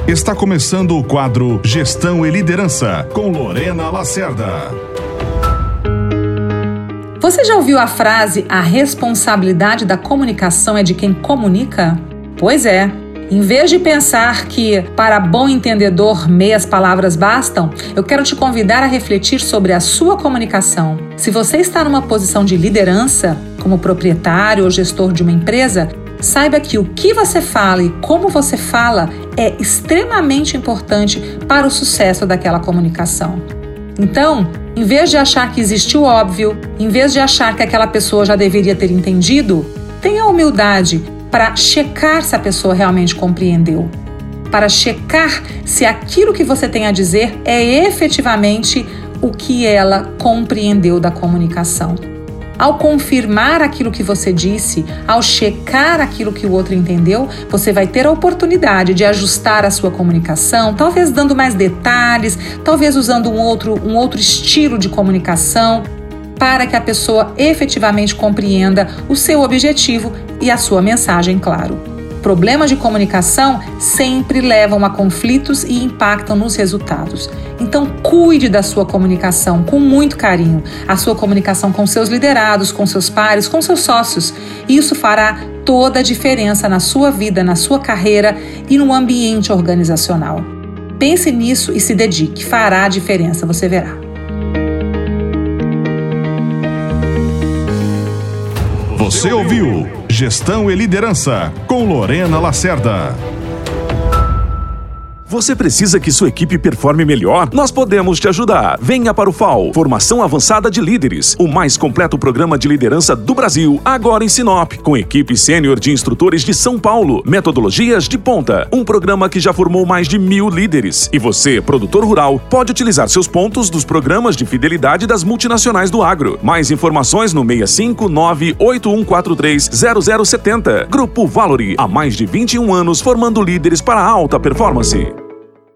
Está começando o quadro Gestão e Liderança, com Lorena Lacerda. Você já ouviu a frase, a responsabilidade da comunicação é de quem comunica? Pois é. Em vez de pensar que, para bom entendedor, meias palavras bastam, eu quero te convidar a refletir sobre a sua comunicação. Se você está numa posição de liderança, como proprietário ou gestor de uma empresa, saiba que o que você fala e como você fala é extremamente importante para o sucesso daquela comunicação. Então, em vez de achar que existe o óbvio, em vez de achar que aquela pessoa já deveria ter entendido, tenha humildade para checar se a pessoa realmente compreendeu, para checar se aquilo que você tem a dizer é efetivamente o que ela compreendeu da comunicação. Ao confirmar aquilo que você disse, ao checar aquilo que o outro entendeu, você vai ter a oportunidade de ajustar a sua comunicação, talvez dando mais detalhes, talvez usando um outro estilo de comunicação, para que a pessoa efetivamente compreenda o seu objetivo e a sua mensagem, claro. Problemas de comunicação sempre levam a conflitos e impactam nos resultados. Então, cuide da sua comunicação com muito carinho. A sua comunicação com seus liderados, com seus pares, com seus sócios. Isso fará toda a diferença na sua vida, na sua carreira e no ambiente organizacional. Pense nisso e se dedique. Fará a diferença, você verá. Você ouviu Gestão e Liderança, com Lorena Lacerda. Você precisa que sua equipe performe melhor? Nós podemos te ajudar. Venha para o FAO, Formação Avançada de Líderes, o mais completo programa de liderança do Brasil, agora em Sinop, com equipe sênior de instrutores de São Paulo, metodologias de ponta, um programa que já formou mais de 1.000 líderes. E você, produtor rural, pode utilizar seus pontos dos programas de fidelidade das multinacionais do agro. Mais informações no 659-8143-0070. Grupo Valori, há mais de 21 anos formando líderes para a alta performance.